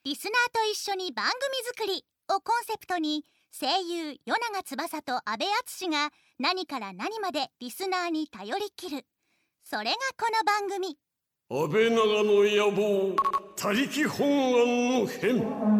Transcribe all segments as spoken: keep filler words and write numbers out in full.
リスナーと一緒に番組作りをコンセプトに、声優与永翼と阿部淳が何から何までリスナーに頼りきる、それがこの番組。 安倍長の野望他力本願の変。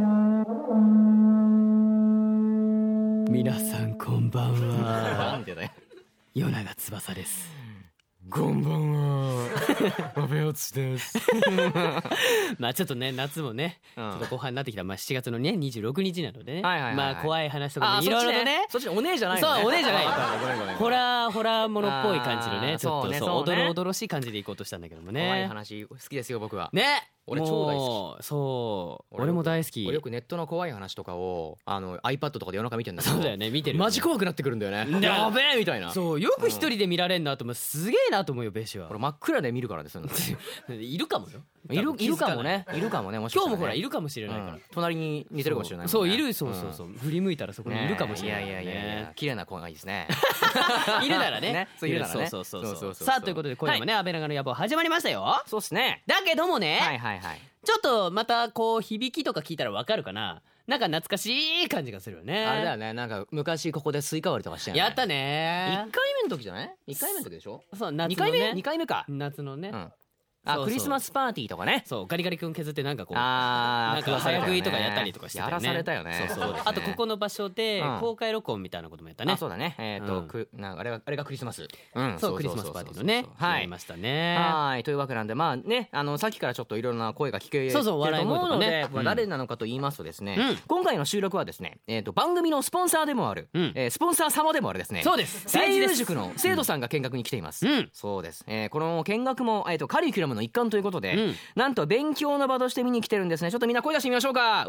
皆さんこんばんは。 なんでだよ。 与永翼です。 こんばんは。安倍敦です。 まあちょっとね、夏もね、ちょっと後半になってきた、まあしちがつのねにじゅうろくにちなのでね、 はいはいはいはい、 まあ怖い話とかもいろいろとね、 そっちね、お姉じゃないのね。 そう、お姉じゃない。 ごめんごめん。 ホラーホラーものっぽい感じのね、ちょっとそうおどろおどろしい感じでいこうとしたんだけどもね。 怖い話好きですよ僕は。 ね。 俺超大好き。そう、俺も大好き。 俺よくネットの怖い話とかをあの iPad とかで夜中見てるんだけど。 そうだよね、見てる。 マジ怖くなってくるんだよね。やべえみたいな。 そう、よく一人で見られんなと思う。すげえなと思うよ、ベシは。 俺真っ暗で見るからですよ。 いるかもよ。 いるいるかもね。いるかもね。もしかしたら今日もほらいるかもしれないから。 隣に似てるかもしれない。 そういる、そうそうそう。振り向いたらそこにいるかもしれない。 いやいやいやいや、綺麗な子がいいですね。 いるならね。 そういるならね。 そうそうそうそう。さあということで今夜もね、安倍長の野望始まりましたよ。 そうですね。 だけどもね。 はいはいはい。 ちょっとまたこう響きとか聞いたらわかるかな。なんか懐かしい感じがするよね。 あれだよね、なんか昔ここでスイカ割りとかしてやったね。 いっかいめの時じゃない？いっかいめの時でしょ？ そう、夏のね。 にかいめ？にかいめか。 夏のね。 あ、クリスマスパーティーとかね。 そうガリガリ君削ってなんかこうあなんか早食いとかやったりとかしてたよね。 やらされたよね。 そうそう。あとここの場所で公開録音みたいなこともやったね。 あ、そうだね。えっとくなあれがあれがクリスマス。 そうクリスマスパーティーのねやりましたね。 はい、というわけなんでまあね、あのさっきからちょっといろんな声が聞けてると思うので、誰なのかと言いますとですね、今回の収録はですね、えっと番組のスポンサーでもあるスポンサー様でもあるですね、 そうです、 声優塾の生徒さんが見学に来ています。そうです。この見学もえっとカリキュラムの一環ということで、なんと勉強の場として見に来てるんですね。ちょっとみんな声出してみましょうか。わー、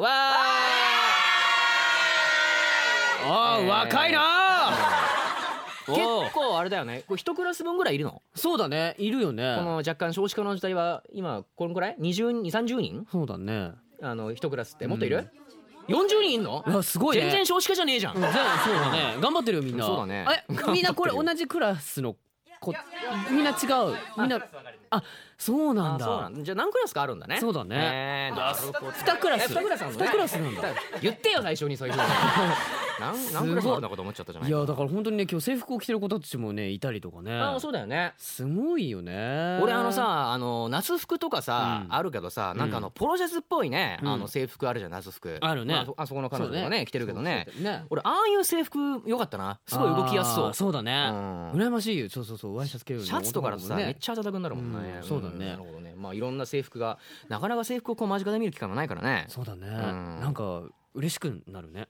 あー、若いなー。結構あれだよね、これ一クラス分ぐらいいるの？ そうだね、いるよね。 この若干少子化の時代は今このくらいにじゅうに、さんじゅうにん？ そうだね。 あの一クラスってもっといる？よんじゅうにんいんの？ いやすごいね。 全然少子化じゃねえじゃん。 そうだね、頑張ってるよみんな。 そうだね。 みんなこれ同じクラスの子、みんな違う。みんな、あ、そうなんだ。 じゃあ何クラスかあるんだね。 そうだね。 なるほど。 にクラス。にクラスなんだ。にクラスなんだ。 言ってよ最初にそういう風に。何何クラスあるのかと思っちゃったじゃない。 いやだから本当にね、今日制服を着てる子たちもねいたりとかね。 あ、そうだよね。 すごいよね。 俺あのさ、あの夏服とかさあるけどさ、なんかあのポロシャツっぽいね、あの制服あるじゃん、夏服。 あるね。 あそこの彼女がね着てるけどね。俺ああいう制服よかったな。すごい動きやすそう。 そうだね。羨ましいよ。そうそうそう、ワイシャツ着る。 シャツとかだとさめっちゃ暖かくなるもんね。 そうだね。 なるほどね。まあいろんな制服が、なかなか制服をこう間近で見る機会がないからね。 そうだね。なんか嬉しくなるね。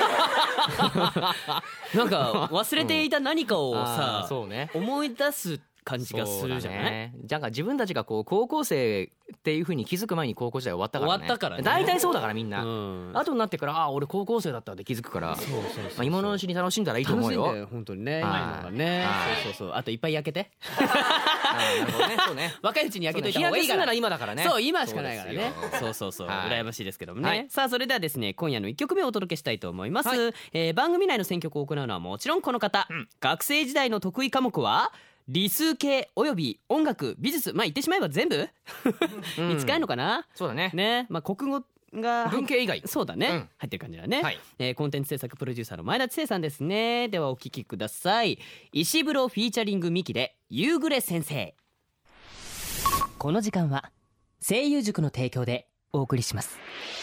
なんか忘れていた何かをさ、そうね、思い出す感じがするじゃない。 じゃあ自分たちがこう高校生っていう風に気づく前に高校時代終わったからね。 終わったからね。 大体そうだからみんな。後になってからあ俺高校生だったって気づくから。今のうちに楽しんだらいいと思うよ。 楽しんで本当にね。今のね。そうそうそう。あといっぱい焼けて。 なるほどね。そうね。 若いうちに焼けといた方がいいから。 日焼けするなら今だからね。 そう今しかないからね。そうそうそう。羨ましいですけどもね。さあそれではですね、今夜のいっきょくめをお届けしたいと思います。番組内の選曲を行うのはもちろんこの方。学生時代の得意科目は理数系および音楽美術、まあ言ってしまえば全部に近いのかな。 そうだね。 ね、まあ国語が文系以外そうだね、入ってる感じだね。えコンテンツ制作プロデューサーの前田知世さんですね。ではお聞きください。石風呂フィーチャリングミキで夕暮れ先生。この時間は声優塾の提供でお送りします。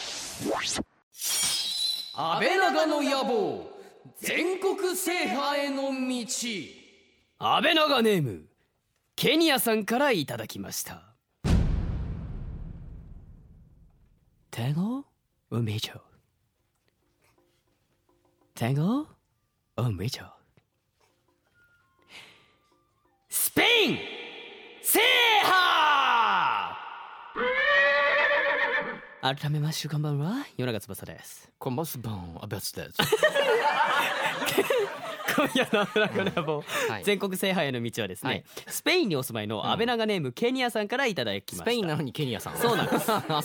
安倍長の野望全国制覇への道。 安倍長ネームケニアさんからいただきました。Tango un bicho Tango un bicho スペイン制覇。改めましてこんばんは、夜長翼です。 こんばんは、アベツです。 今夜の安倍長の野望、全国制覇への道はですね、スペインにお住まいの安倍長ネームケニアさんからいただきました。 スペインなのにケニアさん。 そうなんです。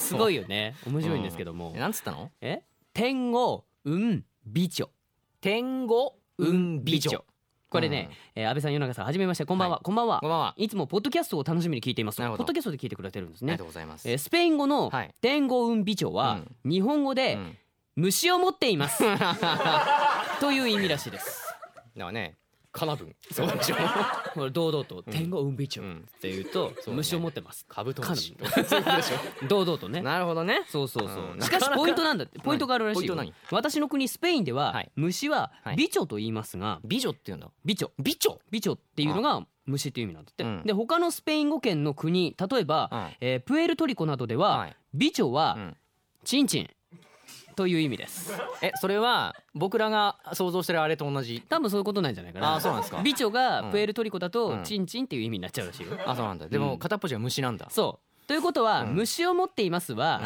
すごいよね。面白いんですけども。 なんつったの？ え？天語運美女。 天語運美女。 これね、うん、えー、安倍さん、与永さん、はじめまして、こんばんは、はい、こんばんは。 こんばんは。 いつもポッドキャストを楽しみに聞いています。ポッドキャストで聞いてくれてるんですね。 ありがとうございます。 えー、スペイン語の天狗運美鳥は、うん、日本語で、うん、虫を持っていますという意味らしいです。 だからね、かなぶん。 そうでしょ。これ堂々と天狗運美鳥って言うと、うん、虫を持ってます。 カブトムシ。 堂々とね。 なるほどね。 そうそうそう。しかしポイントなんだって。ポイントがあるらしいよ。私の国スペインでは、虫は美鳥と言いますが、 美女っていうんだ。 美鳥。 美鳥。 美鳥っていうのが虫っていう意味なんだって。で、他のスペイン語圏の国、例えばプエルトリコなどでは美鳥はチンチンという意味です。 え、それは僕らが想像してるあれと同じ？ 多分そういうことなんじゃないかな。 あ、そうなんですか。 美女がプエルトリコだとチンチンっていう意味になっちゃうらしいよ。 あ、そうなんだ。でも片っぽじゃ虫なんだ。 そうということは、虫を持っていますは、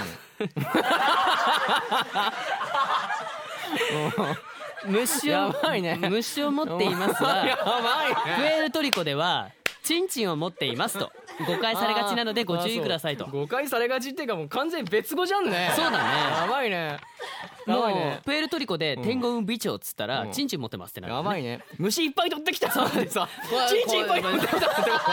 虫を虫を持っていますは、プエルトリコではチンチンを持っていますと誤解されがちなのでご注意くださいと。 誤解されがちっていうか、もう完全に別語じゃんね。 そうだね。 やばいね。 もうプエルトリコで天狗運美鳥っつったらチンチン持ってますってなる。 やばいね。虫いっぱい取ってきたさってさ、チンチンいっぱい取ってきたって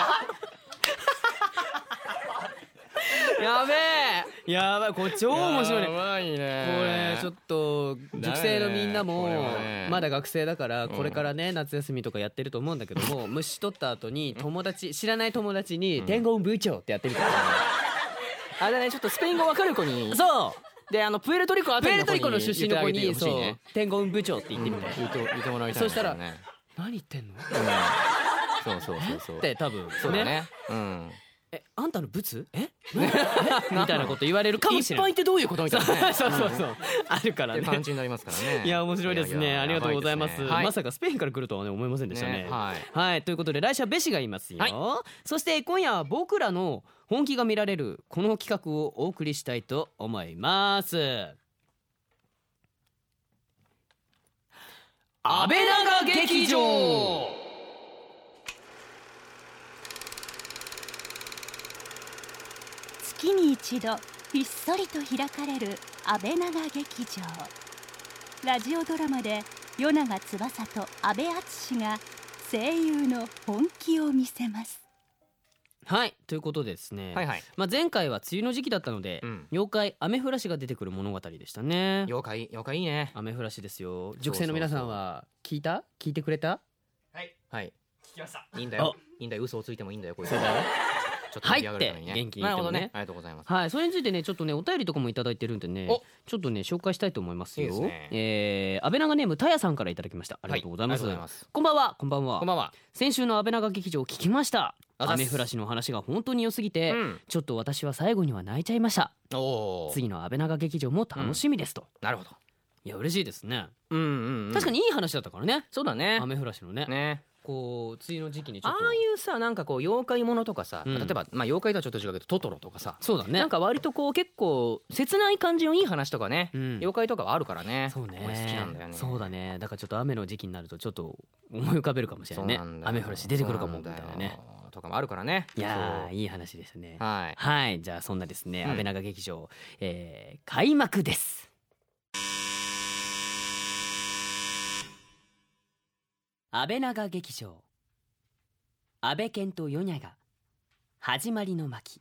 やべえ、 やばい、これ超面白いね。 やばいね。 これちょっと塾生のみんなもまだ学生だから、これからね夏休みとかやってると思うんだけども、虫取った後に友達、知らない友達に天狗運美鳥ってやってみたら、 あれね、ちょっとスペイン語わかる子に、 そうで、あのプエルトリコあたりの子に、 プエルトリコの出身の子に、そう、天狗運美鳥って言ってみたい。 言ってもらいたい。 そしたら何言ってんの？ そうそうそうそう。 って多分そうだね。うん。 え、あんたのブツ？え？みたいなこと言われるかもしれない。 いっぱいってどういうことみたいなね。 そうそうそうあるからね。 感じになりますからね。 いや面白いですね。ありがとうございます。まさかスペインから来るとはね思いませんでしたね。はい。ということで来週はベシがいますよ。そして今夜は僕らの本気が見られるこの企画をお送りしたいと思います。安倍長劇場。 月に一度ひっそりと開かれる安倍長劇場。ラジオドラマで与永翼と阿部淳が声優の本気を見せます。 はいということでですね、 はいはい、 まあ、前回は梅雨の時期だったので、うん、妖怪アメフラシが出てくる物語でしたね。 妖怪妖怪いいね。 アメフラシですよ。塾生の皆さんは聞いた聞いてくれた？ はいはい聞きました。いいんだよいいんだよ、嘘をついてもいいんだよこれ。そうだよちょっと入って元気に言ってもね。 ありがとうございます。 はい、それについてねちょっとねお便りとかもいただいてるんでね、ちょっとね紹介したいと思いますよ。いいですね。えー、安倍長ネームたやさんからいただきました。ありがとうございます。はい、ますこんばんはこんばんは。 こんばんは。 先週の安倍長劇場を聞きました。アメフラシの話が本当に良すぎて、うん、ちょっと私は最後には泣いちゃいました。お次の安倍長劇場も楽しみですと、 うん、なるほど。 いや嬉しいですね。 うんうん、うん、 確かにいい話だったからね。 そうだね。 アメフラシのね。 ね。 こう梅雨の時期にちょっとああいうさなんかこう妖怪ものとかさ、うん、例えばまあ妖怪とはちょっと違うけどトトロとかさ、 そうだね。 なんか割とこう結構切ない感じのいい話とかね、うん、妖怪とかはあるからね。 そうね。 好きなんだよね。 そうだね。だからちょっと雨の時期になるとちょっと思い浮かべるかもしれないね。雨降らし出てくるかもみたいなね。 とかもあるからね。 いやーいい話ですね。 はい、 はい、じゃあそんなですね、うん、安倍長劇場、えー、開幕です。安倍長劇場安倍健とヨニャが始まりの巻。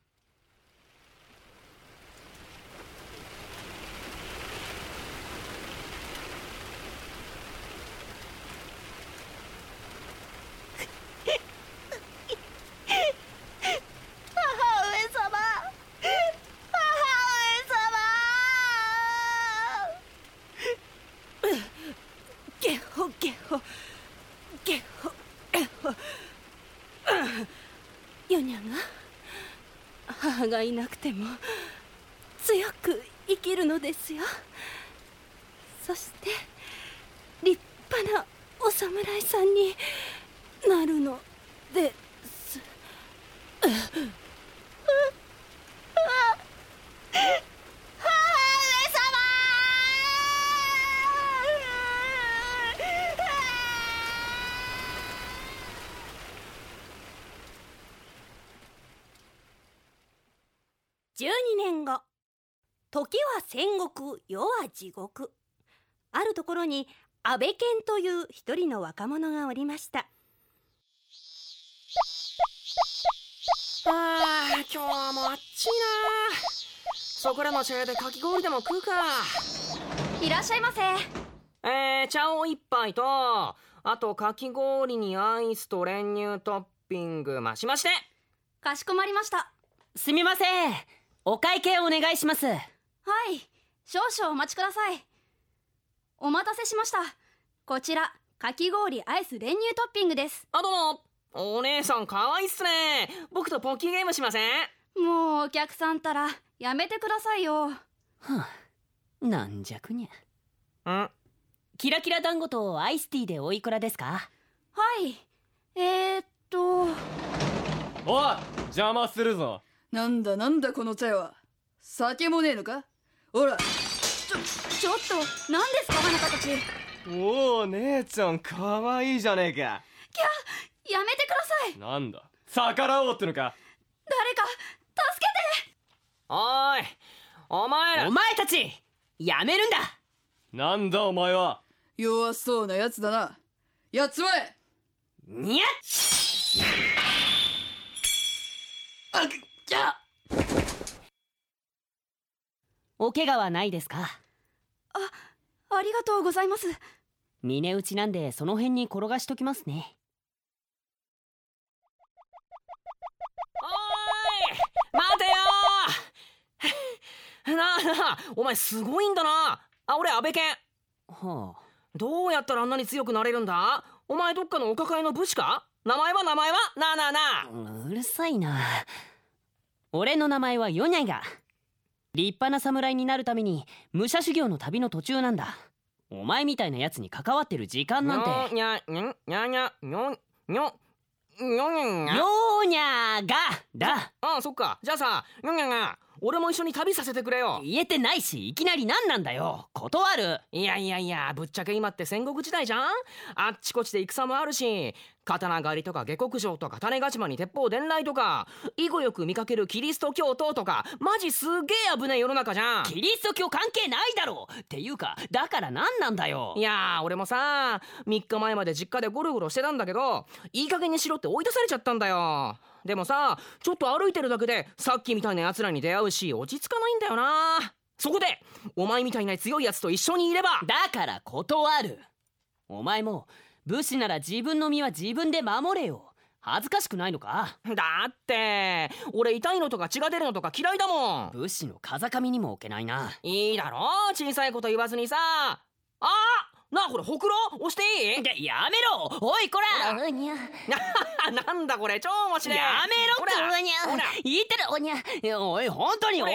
母がいなくても強く生きるのですよ。そして立派なお侍さんになるのです。じゅうにねんご、時は戦国、世は地獄。あるところに安倍健という一人の若者がおりました。 あー、今日はもうあっちいな。そこらの茶屋でかき氷でも食うか。 いらっしゃいませ。 えー、茶を一杯と、あとかき氷にアイスと練乳トッピング増しまして。 かしこまりました。 すみません、お会計お願いします。 はい、少々お待ちください。お待たせしました。こちらかき氷アイス練乳トッピングです。 あ、どうも。お姉さんかわいいっすね。僕とポッキーゲームしません？ もうお客さんたらやめてくださいよ。はあ、なんじゃくにゃ。 ん？ キラキラ団子とアイスティーでおいくらですか？ はい、えー、っと。 おい、邪魔するぞ。 なんだなんだこの茶は。酒もねえのか？ほら。ちょ、ちょっと何ですかあなたたち。 おお、姉ちゃんかわいいじゃねえか。 きゃ、やめてください。 なんだ、逆らおうってのか。 誰か助けて。 おーい、お前ら。 お前たちやめるんだ。 なんだお前は。 弱そうなやつだな。やっつまえ。 にゃっ。あっ、じゃあ。お怪我はないですか？ あ、ありがとうございます。 峰打ちなんでその辺に転がしときますね。 おーい、待てよなあなあ、お前すごいんだな。あ、俺安倍健。 はあ。 どうやったらあんなに強くなれるんだ？お前どっかのお抱えの武士か？名前は名前は？なあなあなあ。 うるさいな。俺の名前はヨニャが。立派な侍になるために武者修行の旅の途中なんだ。お前みたいなやつに関わってる時間なんて。 にゃにゃにゃにゃにょにょにょにゃヨニャがだ。 ああ、そっか。じゃあさ、にょにゃが俺も一緒に旅させてくれよ。 言えてないし、いきなり何なんだよ。断る。 いやいやいや、ぶっちゃけ今って戦国時代じゃん。あっちこっちで戦もあるし、刀狩りとか下克上とか種子島に鉄砲伝来とか、以後よく見かけるキリスト教徒とか、マジすげえ危ねえ世の中じゃん。 キリスト教関係ないだろ。っていうか、だから何なんだよ。 いやー、俺もさ、みっかまえまで実家でゴロゴロしてたんだけど、いい加減にしろって追い出されちゃったんだよ。でもさ、ちょっと歩いてるだけでさっきみたいな奴らに出会うし、落ち着かないんだよな。そこでお前みたいな強い奴と一緒にいれば。 だから断る。お前も武士なら自分の身は自分で守れよ。恥ずかしくないのか？ だって俺痛いのとか血が出るのとか嫌いだもん。 武士の風上にも置けないな。 いいだろ、小さいこと言わずにさ。あなあ、これほくろ押していい？ でやめろ。おいこら。 おにゃ。 なんだこれ、超面白い。 やめろっておにゃ。言ってるおにゃ。 おい本当におこに。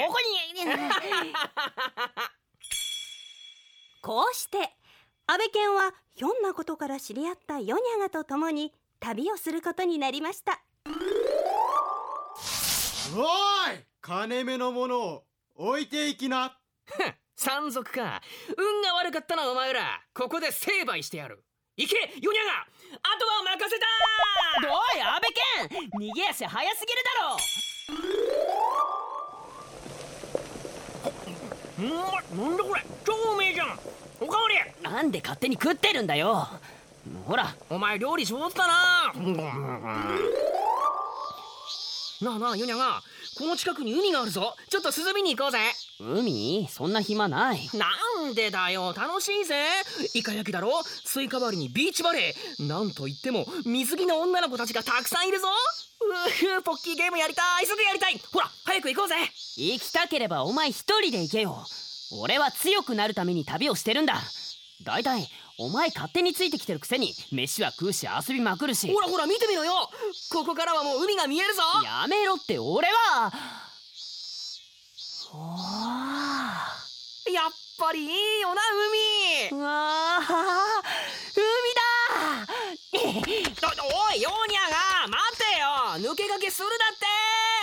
こうして安倍健はひょんなことから知り合ったヨニャガと共に旅をすることになりました。 おい、金目のものを置いていきな。 山賊か。運が悪かったなお前ら。ここで成敗してやる。行けヨニャガ、あとは任せた。 おい安倍健、逃げ足早すぎるだろ。んなんだこれ、超うめえじゃん。おかわり。 なんで勝手に食ってるんだよ。ほら、 お前料理上手だな。なあなあヨニャガ、この近くに海があるぞ。ちょっと涼みに行こうぜ。 海？そんな暇ない。 なんでだよ、楽しいぜ。イカ焼きだろ、スイカ割りにビーチバレー、なんといっても水着の女の子たちがたくさんいるぞ。うー、ポッキーゲームやりたい、すぐやりたい。ほら早く行こうぜ。 行きたければお前一人で行けよ。俺は強くなるために旅をしてるんだ。だいたいお前勝手についてきてるくせに飯は食うし遊びまくるし。 ほらほら見てみろよ、ここからはもう海が見えるぞ。 やめろって。俺はおー、やっぱりいいよな海。 うわ海だ。 おいヨニャが待てよ、抜け駆けするだって。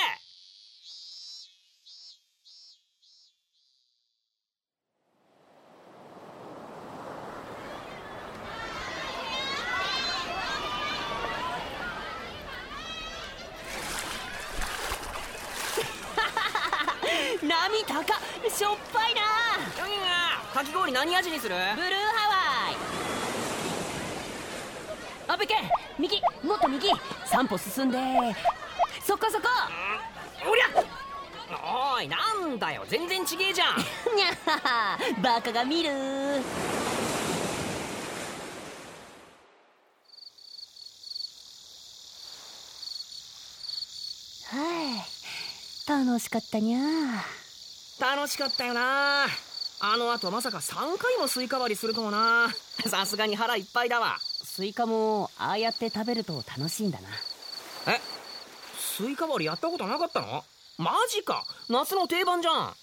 波高っ、しょっぱいな。 ヨニャがかき氷何味にする？ ブルーハワイ。安倍健、右、もっと右。さん歩進んでそこそこ。 おりゃ、おい、なんだよ、全然ちげえじゃん。 にゃはは、バカが見る。はい、楽しかったにゃ。 楽しかったよな。あの後まさかさんかいもスイカ割りするとはな。さすがに腹いっぱいだわ。 スイカもああやって食べると楽しいんだな。 え、スイカ割りやったことなかったの？マジか、夏の定番じゃん。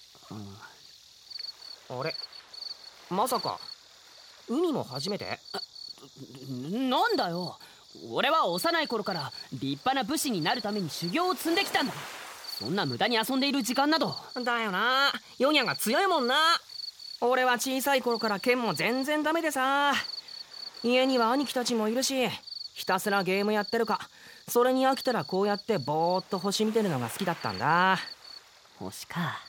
うん、あれ、まさか海も初めて？ なんだよ、俺は幼い頃から立派な武士になるために修行を積んできたんだ。そんな無駄に遊んでいる時間など。 だよな、ヨニャが強いもんな。俺は小さい頃から剣も全然ダメでさ、家には兄貴たちもいるし、ひたすらゲームやってるか、それに飽きたらこうやってぼーっと星見てるのが好きだったんだ。 星か。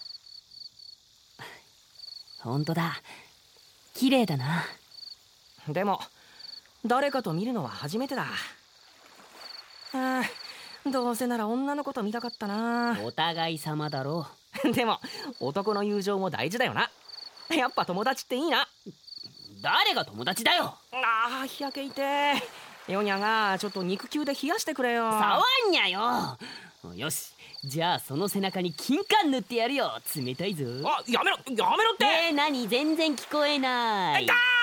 ほんとだ、綺麗だな。 でも誰かと見るのは初めてだ。ああ、どうせなら女の子と見たかったな。 お互い様だろう。でも男の友情も大事だよな。やっぱ友達っていいな。 誰が友達だよ。 ああ、日焼けいて。ヨニャがちょっと肉球で冷やしてくれよ。 触んにゃよ。よし、じゃあその背中に金柑塗ってやるよ。冷たいぞ。 あ、やめろやめろって。 えー、何、全然聞こえない。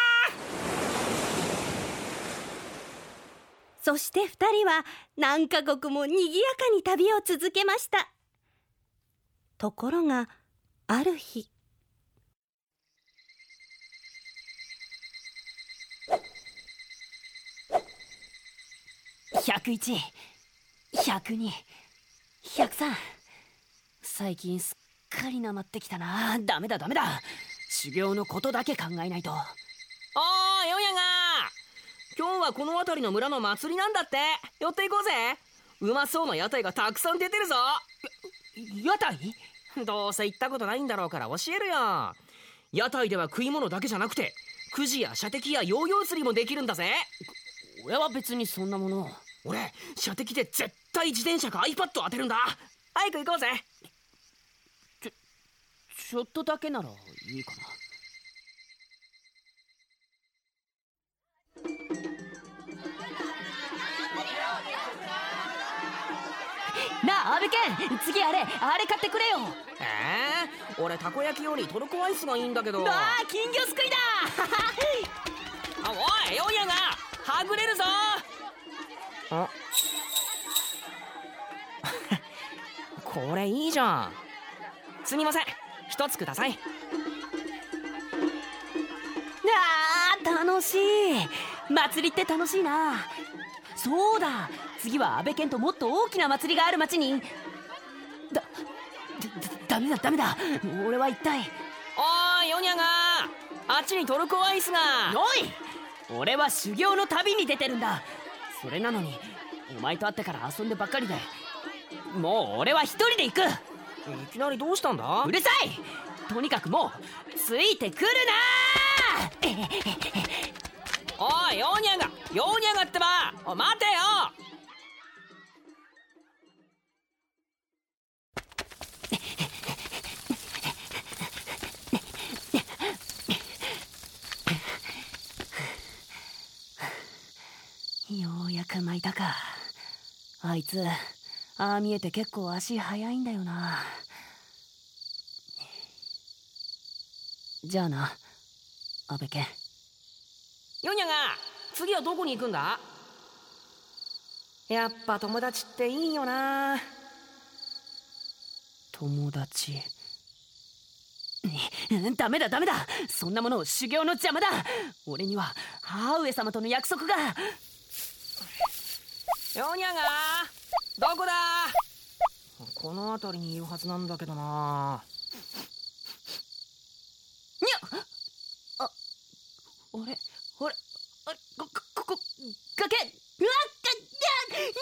そして二人は何カ国もにぎやかに旅を続けました。ところがある日、 ひゃくいち、ひゃくに、ひゃくさん。最近すっかりなまってきたな。ダメだダメだ、修行のことだけ考えないと。 おーい、ヨニャが今日はこの辺りの村の祭りなんだって。寄っていこうぜ。うまそうな屋台がたくさん出てるぞ。 屋台？ どうせ行ったことないんだろうから教えるよ。屋台では食い物だけじゃなくて、くじや射的やヨーヨー釣りもできるんだぜ。 俺は別にそんなもの。 俺、射的で絶対自転車か iPad 当てるんだ。早く行こうぜ。 ちょ、ちょっとだけならいいかな。なあ、阿部健、次あれ、あれ買ってくれよ。 えー、俺たこ焼きよりトルコアイスがいいんだけど。 ああ、金魚すくいだあ、おい、ヨニャがはぐれるぞ。あこれいいじゃん。すみません、一つください。 あー、楽しい。祭りって楽しいな。そうだ、次は阿部健ともっと大きな祭りがある町に。だ、だ、ダメだダメだ、俺は一体。 おーい、ヨニャがあっちにトルコアイスが。 おい、俺は修行の旅に出てるんだ。それなのにお前と会ってから遊んでばっかりで、もう俺は一人で行く。 いきなりどうしたんだ。 うるさい。とにかくもうついてくるな。 おい、ヨニャがヨニャがってば、おい待てよ。 ようやく巻いたか。あいつ、ああ見えて結構足速いんだよな。じゃあな、阿部健。 ヨニャが次はどこに行くんだ。やっぱ友達っていいよな。 友達？ダメだダメだ、そんなものを修行の邪魔だ。俺には母上様との約束が。 ヨニャがどこだ。この辺りにいるはずなんだけどな。 にゃっ、あ、あれあれあれ、ここここ崖。うわっ、にゃに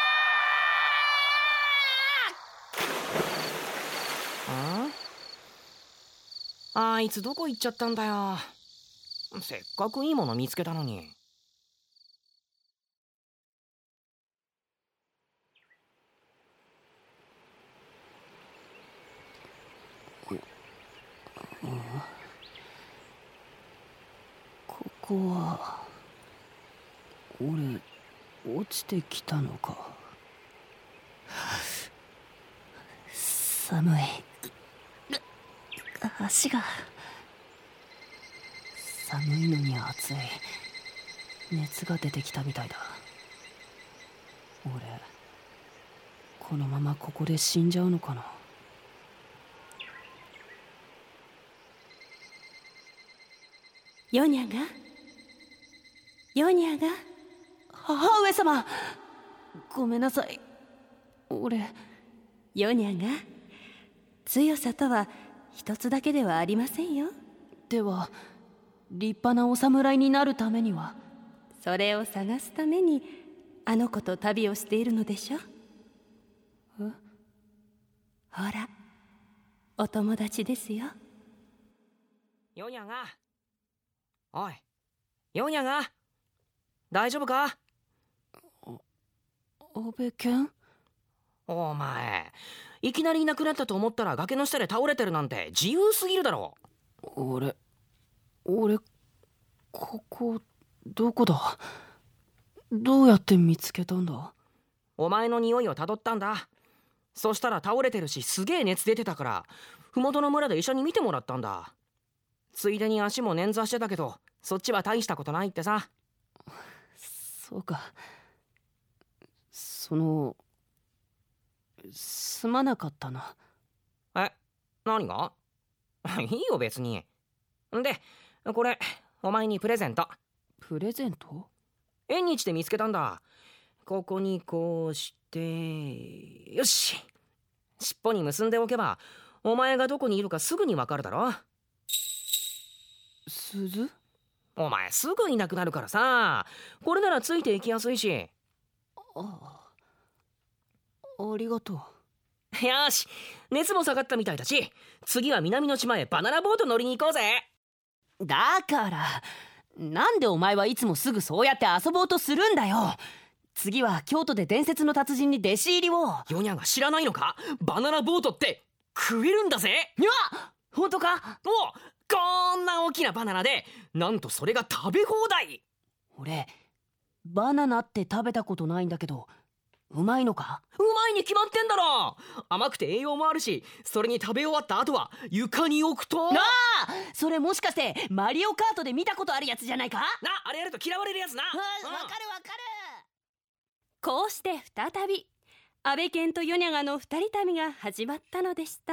ゃー。ああいつどこ行っちゃったんだよ。せっかくいいもの見つけたのに。 ここは俺落ちてきたのか。寒い。足が寒いのに暑い。熱が出てきたみたいだ。俺このままここで死んじゃうのかな。 ヨニャがヨニャが母上様、ごめんなさい。俺ヨニャが強さとは一つだけではありませんよ。 では立派なお侍になるためには。 それを探すためにあの子と旅をしているのでしょ。 え？ ほら、お友達ですよ。 ヨニャが、おいヨニャが大丈夫か？ 安倍健？ お前いきなりいなくなったと思ったら崖の下で倒れてるなんて自由すぎるだろ。 俺俺ここどこだ？どうやって見つけたんだ？ お前の匂いをたどったんだ。そしたら倒れてるしすげえ熱出てたから麓の村で医者に見てもらったんだ。ついでに足も捻挫してたけどそっちは大したことないってさ。 そうか。そのすまなかったな。 え、何が？いいよ別に。んでこれお前にプレゼント。 プレゼント？ 縁日で見つけたんだ。ここにこうしてよし、尻尾に結んでおけばお前がどこにいるかすぐにわかるだろ。 鈴？ お前すぐいなくなるからさ、これならついていきやすいし。 ああ、ありがとう。よし、熱も下がったみたいだし次は南の島へバナナボート乗りに行こうぜ。 だからなんでお前はいつもすぐそうやって遊ぼうとするんだよ。次は京都で伝説の達人に弟子入りを。 ヨニャが知らないのか？バナナボートって食えるんだぜ。 いや本当か？ お、こんな大きなバナナでなんとそれが食べ放題。 俺バナナって食べたことないんだけどうまいのか？ うまいに決まってんだろ。甘くて栄養もあるし、それに食べ終わった後は床に置くと。 なあ、それもしかしてマリオカートで見たことあるやつじゃないか？ な、あれやると嫌われるやつな。わ、 うん、かるわかる。 こうして再び安倍健とヨニャガの二人旅が始まったのでした。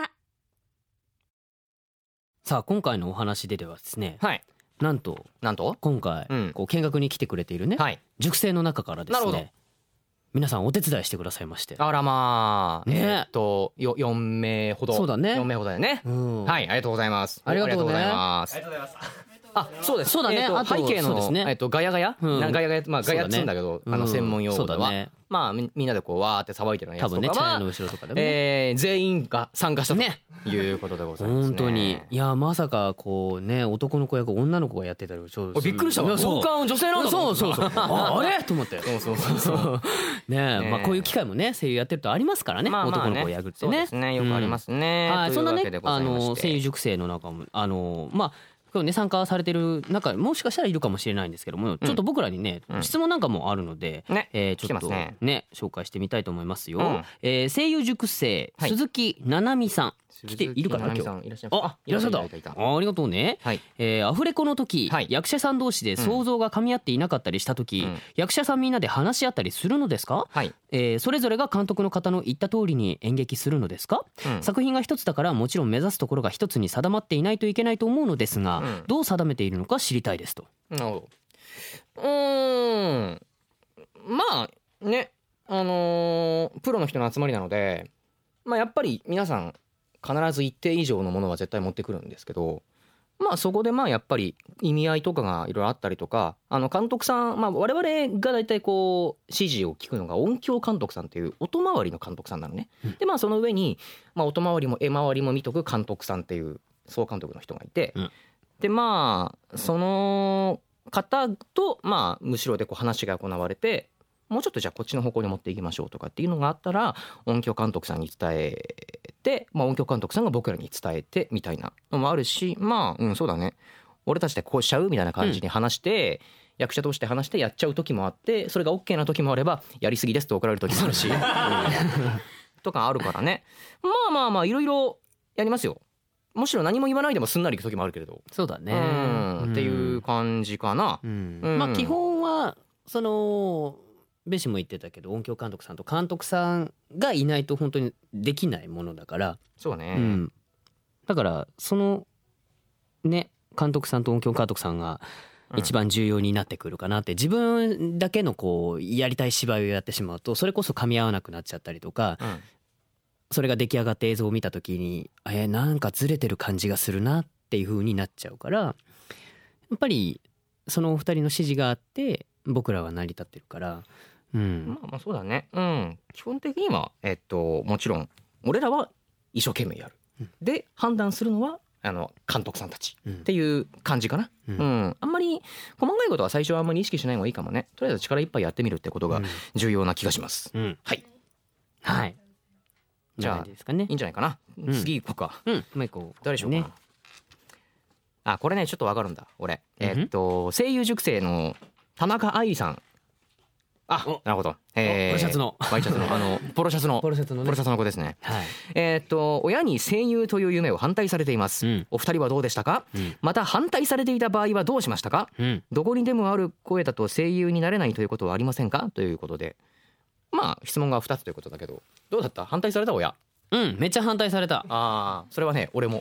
さあ今回のお話でではですね、 はい、 なんとなんと今回、うん、こう見学に来てくれているね、はい、塾生の中からですね、皆さんお手伝いしてくださいまして。 あらまあ、 ね、 えっとよよんめいほど。そうだね、よんめいほどだよね、うん、はい、ありがとうございます。 ありがとうございます。ありがとうございます。あ、そうです。 そうだね。 えー、背景のですね、えっとガヤガヤ、うん、ガヤガヤ、まあガヤっつうんだけど、あの専門用語では、ね、まあみんなでこうわーって騒いでるやつとかは、多分ね、チャヤの後ろとかでも、えー、全員が参加したと、ね、いうことでございますね。 本当に、いやまさかこうね、男の子役女の子がやってたり、ちょっとびっくりしたわ。同感女性なんだ。 そうそうそう。あ, あれと思って。 そうそうそうそうねえ、まあこういう機会もね、声優やってるとありますからね。男の子役ってね。そうですね、よくありますね。 はい、そんなね、あの声優塾生の中もあのまあ。今日ね参加されてる中もしかしたらいるかもしれないんですけども、うん、ちょっと僕らにね、うん、質問なんかもあるので、ね、えー、ちょっと ね, ね紹介してみたいと思いますよ、うん、えー、声優塾生、はい、鈴木奈々美さん来ているかな今日。 いらっしゃいます。あ、いらっしゃった。あ、ありがとうね。はい、えー、アフレコの時、はい、役者さん同士で想像が噛み合っていなかったりした時、うん、役者さんみんなで話し合ったりするのですか？はい、えー、それぞれが監督の方の言った通りに演劇するのですか？うん、作品が一つだからもちろん目指すところが一つに定まっていないといけないと思うのですが、うん、どう定めているのか知りたいですと。 なるほど。うーん、まあね、あのー、プロの人の集まりなので、まあやっぱり皆さん必ず一定以上のものは絶対持ってくるんですけど、まあそこでまあやっぱり意味合いとかがいろいろあったりとか、あの監督さん、まあ我々が大体こう指示を聞くのが音響監督さんっていう音回りの監督さんなのね、うん、でまあその上に、まあ、音回りも絵回りも見とく監督さんっていう総監督の人がいて、うん、でまあその方とまあむしろでこう話が行われて、もうちょっとじゃあこっちの方向に持っていきましょうとかっていうのがあったら音響監督さんに伝えて、 、まあ、音響監督さんが僕らに伝えてみたいなのもあるし、まあうんそうだね、俺たちでこうしちゃうみたいな感じに話して、うん、役者として話してやっちゃう時もあって、それが OK な時もあればやりすぎですと怒られる時もあるしとかあるからね。まあまあまあいろいろやりますよ。むしろ何も言わないでもすんなりいく時もあるけれど。 そうだね、 うん、っていう感じかな、 うんうん、まあ基本はそのベシも言ってたけど、音響監督さんと監督さんがいないと本当にできないものだから。 そうね、 うん、だからそのね監督さんと音響監督さんが一番重要になってくるかなって、自分だけのこうやりたい芝居をやってしまうとそれこそ噛み合わなくなっちゃったりとか、うん、それが出来上がった映像を見た時にえー、なんかずれてる感じがするなっていう風になっちゃうから、やっぱりそのお二人の指示があって僕らは成り立ってるから、うん、 まあまあそうだね、うん、基本的にはえっともちろん俺らは一生懸命やる、うん、で判断するのはあの監督さんたちっていう感じかな、うんうん、あんまり細かいことは最初はあんまり意識しない方がいいかもね。とりあえず力いっぱいやってみるってことが重要な気がします、うん、はいはいじゃあいいんじゃないかな、うん、次行こうか、 うん、もう一個誰でしょうか、ね、あこれねちょっとわかるんだ俺、うん、えー、っと声優塾生の田中愛さん、あなるほど、 えー、ポロシャツのワイシャツのあのポロシャツのポロシャツの、ね、 ポロシャツの子ですね、 はい、 えー、っと親に声優という夢を反対されています、うん、お二人はどうでしたか、うん、また反対されていた場合はどうしましたか、うん、どこにでもある声だと声優になれないということはありませんかということで、まあ質問がふたつということだけど、どうだった？反対された親？ うんめっちゃ反対された。 ああそれはね俺も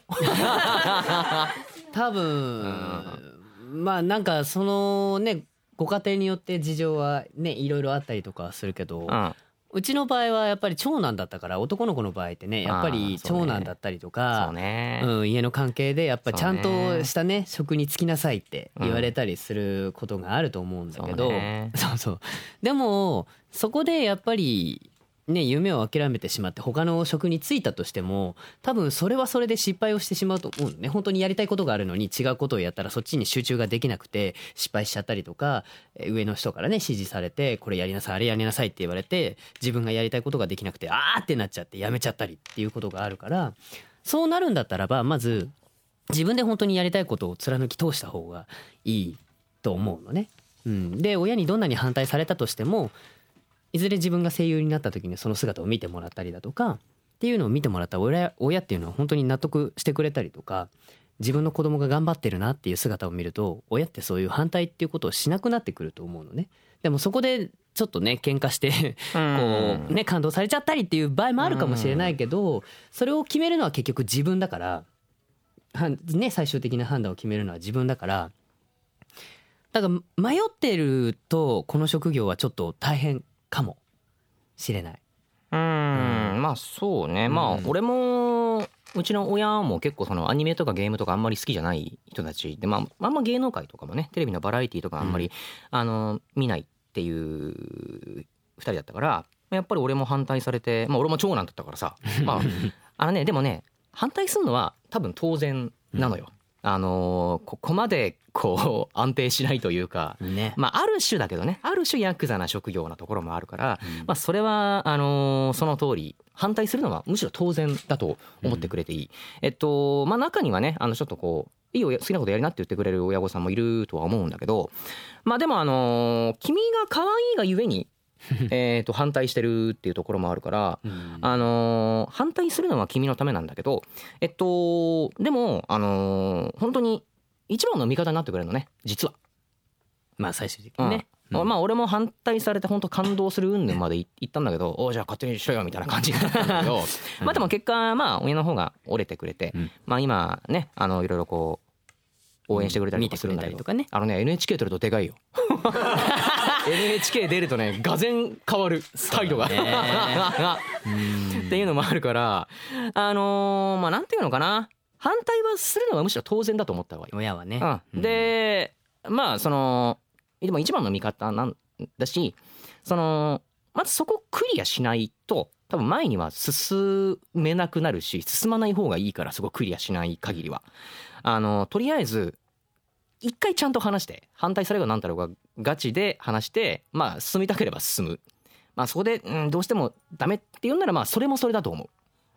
多分まあなんかそのねご家庭によって事情はねいろいろあったりとかするけど、うん、うちの場合はやっぱり長男だったから、男の子の場合ってねやっぱり長男だったりとか、 ねうん、家の関係でやっぱちゃんとしたね職に就きなさいって言われたりすることがあると思うんだけど、うん、そうそうそうでもそこでやっぱりね、夢を諦めてしまって他の職に就いたとしても多分それはそれで失敗をしてしまうと思うのね。本当にやりたいことがあるのに違うことをやったらそっちに集中ができなくて失敗しちゃったりとか、上の人からね指示されてこれやりなさいあれやりなさいって言われて自分がやりたいことができなくてあーってなっちゃってやめちゃったりっていうことがあるから、そうなるんだったらばまず自分で本当にやりたいことを貫き通した方がいいと思うのね、うん、で親にどんなに反対されたとしてもいずれ自分が声優になった時にその姿を見てもらったりだとかっていうのを見てもらった親、親っていうのは本当に納得してくれたりとか、自分の子供が頑張ってるなっていう姿を見ると親ってそういう反対っていうことをしなくなってくると思うのね。でもそこでちょっとね喧嘩してこうね感動されちゃったりっていう場合もあるかもしれないけど、それを決めるのは結局自分だからね、最終的な判断を決めるのは自分だから、だから迷ってるとこの職業はちょっと大変かもしれない。 うーん、うん、まあそうね、うん、まあ俺もうちの親も結構そのアニメとかゲームとかあんまり好きじゃない人たちで、まああんま芸能界とかもねテレビのバラエティとかあんまり、うん、あの見ないっていうふたりだったから、やっぱり俺も反対されて、まあ俺も長男だったからさまああのねでもね反対するのは多分当然なのよ、うん、あのここまでこう安定しないというか、ね、まあある種だけどね、ある種ヤクザな職業なところもあるから、うん、まあそれはあのその通り反対するのはむしろ当然だと思ってくれていい、うん、えっとまあ中にはねあのちょっとこういいよ好きなことやりなって言ってくれる親御さんもいるとは思うんだけど、まあでもあの君が可愛いがゆえにえと反対してるっていうところもあるから、うん、あのー、反対するのは君のためなんだけど、えっとでもあのー、本当に一番の味方になってくれるのね実は。 まあ最終的にね、 うんうん、まあ俺も反対されて本当感動する云々まで言ったんだけどおじゃあ勝手にしろよみたいな感じになったんだけどまあでも結果まあ親の方が折れてくれて、うん、まあ今ねあのいろいろこう応援してくれたりとかするんだけど、ね、あのね エヌエイチケー 取るとでかいよエヌエイチケー 出るとねがぜん変わる態度がっていうのもあるから、あのー、まあなんていうのかな、反対はするのがむしろ当然だと思った方がいい親はね、 うん、でまあそのでも一番の味方なんだし、そのまずそこをクリアしないと多分前には進めなくなるし進まない方がいいから、そこクリアしない限りはあのとりあえず一回ちゃんと話して、反対されるかなんだろうがガチで話して、まあ進みたければ進む、まあそこで、うん、どうしてもダメって言うんならまあそれもそれだと思うっ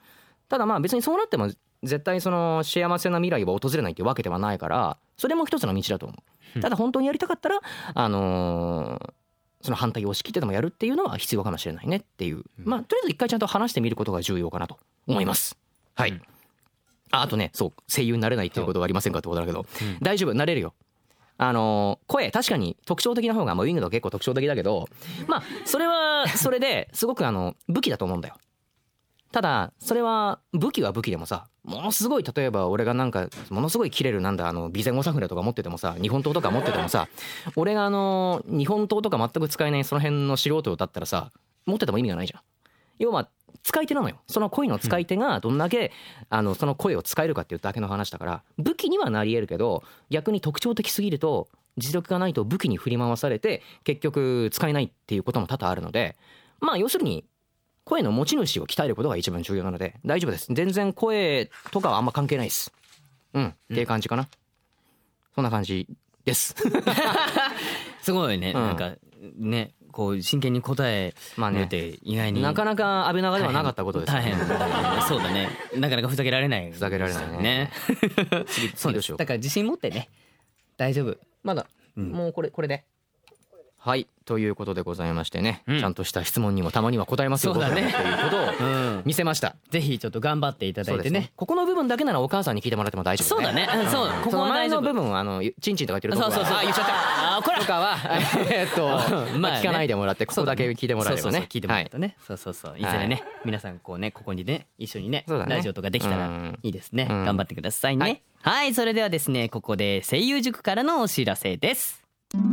ただまあ別にそうなっても絶対その幸せな未来は訪れないっていうわけではないから、それも一つの道だと思う。ただ本当にやりたかったらあのーその反対を押し切ってでもやるっていうのは必要かもしれないねっていう、まあとりあえず一回ちゃんと話してみることが重要かなと思います。はい。ああとね、そう声優になれないっていうことはありませんかってことだけど、大丈夫、なれるよ。あのー、声確かに特徴的な方が、まあ、ウィングとか結構特徴的だけど、まあそれはそれですごくあの武器だと思うんだよ。ただそれは武器は武器でもさ、ものすごい例えば俺がなんかものすごい切れるなんだあの備前五桜とか持っててもさ、日本刀とか持っててもさ、俺があの日本刀とか全く使えないその辺の素人だったらさ、持ってても意味がないじゃん。要は使い手なのよ。その声の使い手がどんだけあのその声を使えるかっていうだけの話だから、武器にはなり得るけど逆に特徴的すぎると実力がないと武器に振り回されて結局使えないっていうことも多々あるので、まあ要するに声の持ち主を鍛えることが一番重要なので大丈夫です。全然声とかはあんま関係ないです。うんっていう感じかな。そんな感じですすごいね、 うんなんかねこう真剣に答えるって意外になかなか安倍長ではなかったことですよね。 大変大変そうだね、なかなかふざけられない、 ふざけられないねねそうですよ。 だから自信持ってね、大丈夫。 まだ、 うんもうこれこれではいということでございましてね、 うんちゃんとした質問にもたまには答えますよそうだね僕らもということをうん見せました。 ぜひちょっと頑張っていただそうですいてね。 ここの部分だけならお母さんに聞いてもらっても大丈夫そうだね、うんそうここその前は大丈夫。 の部分はあのチンチンとか言ってるとこそうそうそうあ言っちゃったあこれとかはえーっとまあね聞かないでもらってここだけ聞いてもらえればそうそうそうね聞いてもらうとね、そうそうそういずれね、皆さんこうねここにね一緒にねそうだねラジオとかできたらうんいいですね、 うん頑張ってくださいね。はい、それではですねここで声優塾からのお知らせです。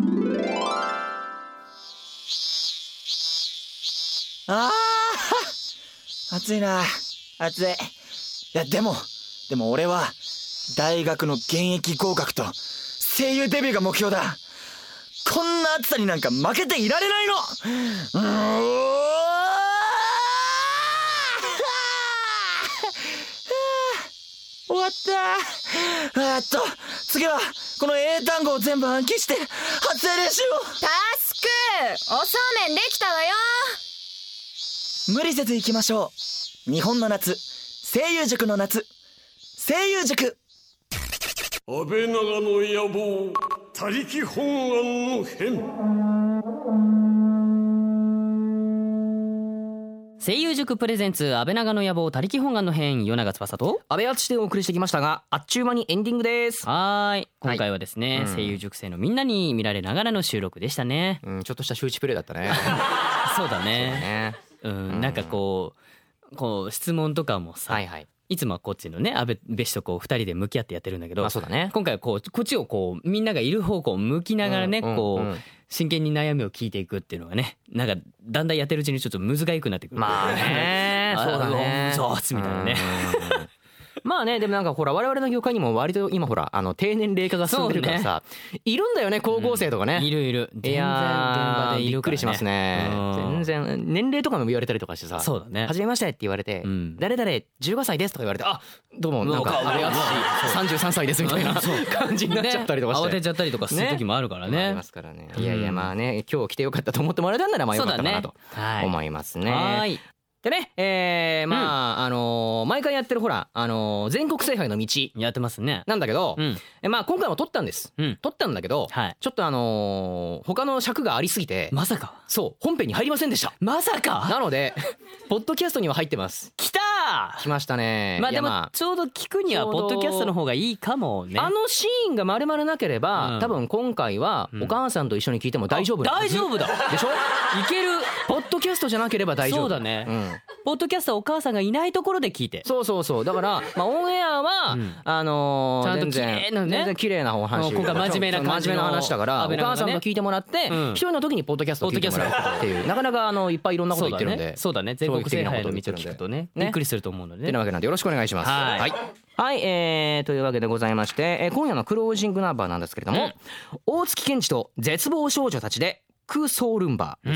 あー暑いな暑い。いやでもでも俺は大学の現役合格と声優デビューが目標だ。こんな暑さになんか負けていられないの。うーん終わったー。えーっと次はこの英単語を全部暗記して発声練習を。 タスクおそうめんできたわよ。 無理せず行きましょう。日本の夏、声優塾の夏、声優塾。 安倍長の野望、他力本願の変。 声優塾プレゼンツ安倍長の野望他力本願の編、与永翼と安倍敦でお送りしてきましたが、あっちゅう間にエンディングです。 はーい、今回はですね、 うん声優塾生のみんなに見られながらの収録でしたね。 うん、ちょっとした周知プレイだったねそうだねねうん、 うんなんかこうこう質問とかもさ、 はいはいいつもはこっちのね安倍べしとこうふたりで向き合ってやってるんだけど、 まあそうだね今回はこうこっちをこうみんながいる方向を向きながらね、 うんうんこう、 うん真剣に悩みを聞いていくっていうのがね、なんかだんだんやってるうちにちょっと難しくなってくる。 まあねあそうだねそうっすみたいなね。 うんまあね、でもなんかほら我々の業界にも割と今ほらあの低年齢化が進んでるからさ、いるんだよね高校生とかね、 いるいる。 い全然現やー場でいるからね。 びっくりしますね。 うん全然年齢とかも言われたりとかしてさ、 そうだね初めましてって言われて、 うん誰々じゅうごさいですとか言われて、あどうもなんかうわ安倍敦さんじゅうさんさいですみたいなそう感じになっちゃったりとかして、 ね慌てちゃったりとかする時もあるからね。 ありますからね。いやいやまあね今日来てよかったと思ってもらえたんならまあよかったかなとはい思いますね。 はーい。 でね、えー、まあ、あのー毎回やってるほら、あのー全国制覇への道やってますね。 なんだけど、 うんえまあ今回も撮ったんです。 うん撮ったんだけど、 はいちょっとあのー他の尺がありすぎて、 まさかそう本編に入りませんでした。 まさかなのでポッドキャストには入ってます。 来たー。 来ましたね。 まあでもいやまちょうど聞くにはちょうどポッドキャストの方がいいかもね。 あのシーンが丸々なければ、 うん多分今回はお母さんと一緒に聞いても大丈夫なはず大丈夫だでしょ。 いける。 ポッドキャストじゃなければ大丈夫。 そうだねうんポッドキャストはお母さんがいないところで聞いて。 そうそうそうだから、まあ、オンエアは、 うんあのー、 ちゃんと全然綺麗なね全然綺麗なお話今回真面目な感じの真面目な話だからお安倍長がね母さんと聞いてもらってうん一人の時にポッドキャストを聞いてもらうっていうなかなかあのいっぱいいろんなこと言ってるんでそうだね。そうだね。全国制覇への道を聞くとね、 ねびっくりすると思うのでね。 ってなわけなんでよろしくお願いします。 はいはい、はいえー、というわけでございまして、えー今夜のクロージングナンバーなんですけれども、大月健二と絶望少女たちでクーソールンバーですね、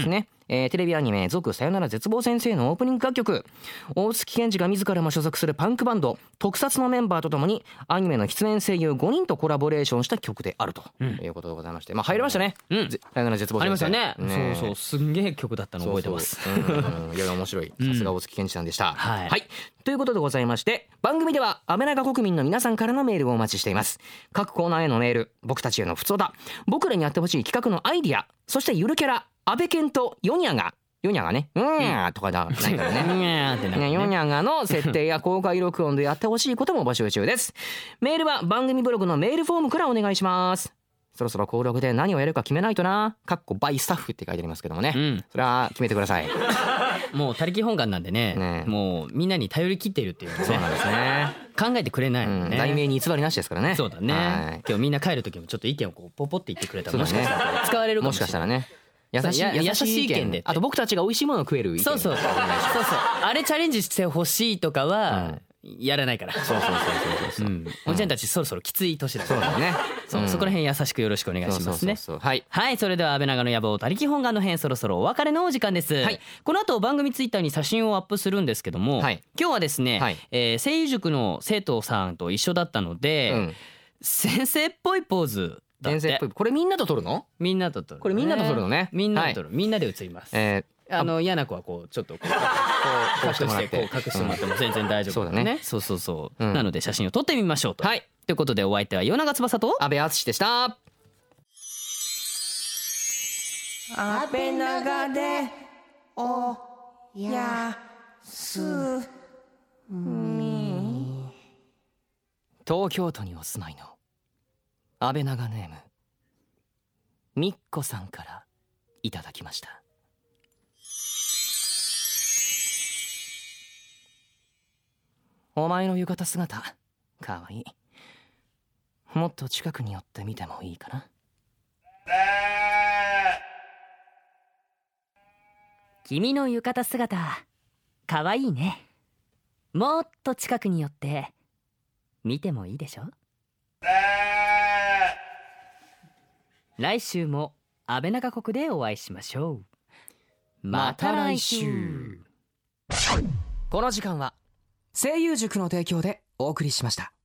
えー、テレビアニメ続さよなら絶望先生のオープニング楽曲、大月健二が自らも所属するパンクバンド特撮のメンバーとともにアニメの出演声優ごにんとコラボレーションした曲であるということでございまして、まあ入りましたね、うん、さよなら絶望先生ありましたね。ね、そうそう、すんげえ曲だったの覚えてます。 そうそう、うんうん、いやいや面白い、さすが大月健二さんでした、はい、はい、ということでございまして、番組では安倍長国民の皆さんからのメールをお待ちしています。各コーナーへのメール、僕たちへのふつおだ、僕らにやってほしい企画のアイディア、そしてゆるキャラ安倍健とヨニャがヨニャがね、うんーとかじゃないからね。うんーってね。ヨニャがの設定や公開録音でやってほしいことも募集中です。メールは番組ブログのメールフォームからお願いします。そろそろ登録で何をやるか決めないとな。かっこバイスタッフって書いてありますけどもね。うん、それは決めてください。 もう他力本願なんで ね, ねもうみんなに頼り切っているっていう、ね、 そうなんですね。 考えてくれないのね、 うん、題名に偽りなしですからね。 そうだね、はい、今日みんな帰る時もちょっと意見をこうポポって言ってくれたら、もしかしたら使われるかもしれない。 もしかしたらね、優しい優しい意見で、あと僕たちが美味しいものを食える意見。 そうそうそうそう、あれチャレンジしてほしいとかはやらないから。 そうそうそうそうそう、うん、 おじゃんたちそろそろきつい年だから、 そうだね、 そう、うん、そこら辺優しくよろしくお願いしますね。 そうそうそうそう、はい、 はい、それでは安倍長の野望他力本願の編、そろそろお別れのお時間です、はい、この後番組ツイッターに写真をアップするんですけども、はい、今日はですね、はい、えー、声優塾の生徒さんと一緒だったので、うん、先生っぽいポーズ、 先生っぽい、これみんなと撮るの？ みんなと撮る、ね、 これみんなと撮るのね。 みんなと撮る、はい、みんなで写ります。えー、あの嫌な子はこうちょっとこうこう隠してこう隠してもらっても全然大丈夫、うん、そうだね。そうそうそう、うん、なので写真を撮ってみましょうと。はい。ということでお相手は与永翼と安倍敦でした。 安倍長でおやすみ。 東京都にお住まいの安倍長ネームみっこさんからいただきました。お前の浴衣姿かわいい。もっと近くに寄ってみてもいいかな。 君の浴衣姿かわいいね。もっと近くに寄って見てもいいでしょ。来週も安倍長国でお会いしましょう。また来週。 この時間は声優塾の提供でお送りしました。